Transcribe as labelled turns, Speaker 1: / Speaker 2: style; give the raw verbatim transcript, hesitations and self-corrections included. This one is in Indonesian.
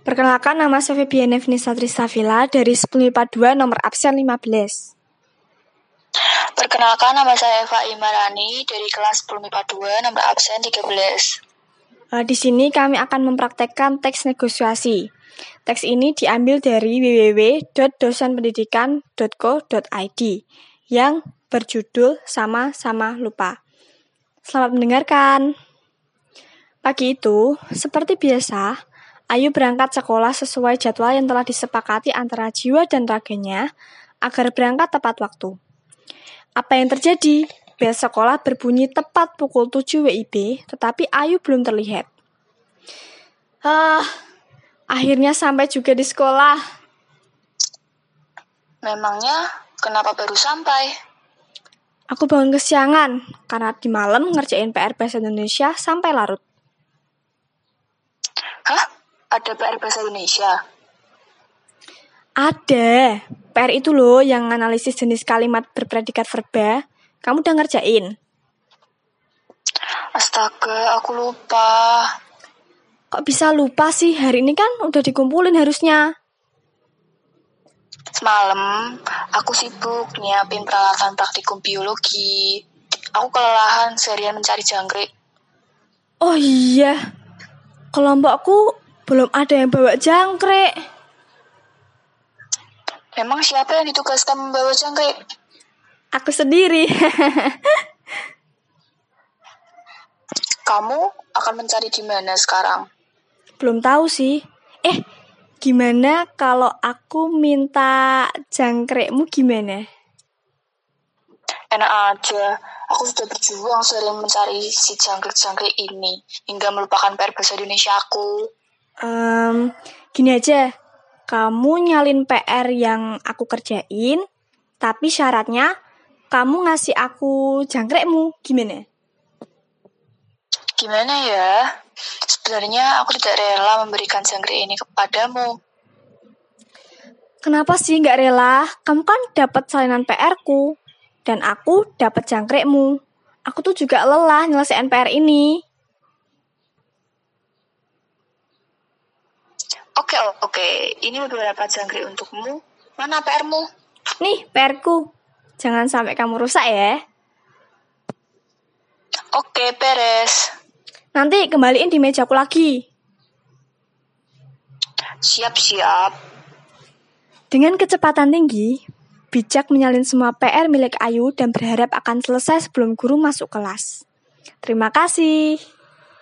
Speaker 1: Perkenalkan, nama saya Febiana Venisa Trisavila dari sepuluh I P A dua nomor absen lima belas.
Speaker 2: Perkenalkan, nama saya Eva Imarani dari kelas sepuluh I P A dua nomor absen tiga belas.
Speaker 1: Uh, di sini kami akan mempraktekkan teks negosiasi. Teks ini diambil dari w w w dot dosenpendidikan dot co dot i d yang berjudul Sama-sama Lupa. Selamat mendengarkan. Pagi itu, seperti biasa, Ayu berangkat sekolah sesuai jadwal yang telah disepakati antara jiwa dan raganya agar berangkat tepat waktu. Apa yang terjadi? Bel sekolah berbunyi tepat pukul tujuh W I B, tetapi Ayu belum terlihat. Ah, akhirnya sampai juga di sekolah.
Speaker 2: Memangnya kenapa baru sampai?
Speaker 1: Aku bangun kesiangan karena di malam ngerjain P R Bahasa Indonesia sampai larut.
Speaker 2: Hah? Ada P R Bahasa Indonesia?
Speaker 1: Ada. P R itu loh yang analisis jenis kalimat berpredikat verba. Kamu udah ngerjain?
Speaker 2: Astaga, aku lupa.
Speaker 1: Kok bisa lupa sih? Hari ini kan udah dikumpulin harusnya.
Speaker 2: Semalam, aku sibuk nyiapin peralatan praktikum biologi. Aku kelelahan seharian mencari jangkrik.
Speaker 1: Oh iya, kelompokku belum ada yang bawa jangkrik.
Speaker 2: Memang siapa yang ditugaskan membawa jangkrik?
Speaker 1: Aku sendiri.
Speaker 2: Kamu akan mencari di mana sekarang?
Speaker 1: Belum tahu sih. Eh, gimana kalau aku minta jangkrikmu gimana?
Speaker 2: Enak aja. Aku sudah berjuang sering mencari si jangkrik-jangkrik ini hingga melupakan P R Bahasa Indonesia aku.
Speaker 1: Um, gini aja, kamu nyalin P R yang aku kerjain, tapi syaratnya kamu ngasih aku jangkrikmu, gimana?
Speaker 2: Gimana ya? Sebenarnya aku tidak rela memberikan jangkrik ini kepadamu.
Speaker 1: Kenapa sih nggak rela? Kamu kan dapat salinan P R-ku, dan aku dapat jangkrikmu. Aku tuh juga lelah nyelesain P R ini.
Speaker 2: Oke, oke. Ini beberapa jangkrik untukmu. Mana P R-mu?
Speaker 1: Nih, P R-ku. Jangan sampai kamu rusak ya.
Speaker 2: Oke, beres.
Speaker 1: Nanti kembaliin di mejaku lagi.
Speaker 2: Siap-siap.
Speaker 1: Dengan kecepatan tinggi, bijak menyalin semua P R milik Ayu dan berharap akan selesai sebelum guru masuk kelas. Terima kasih.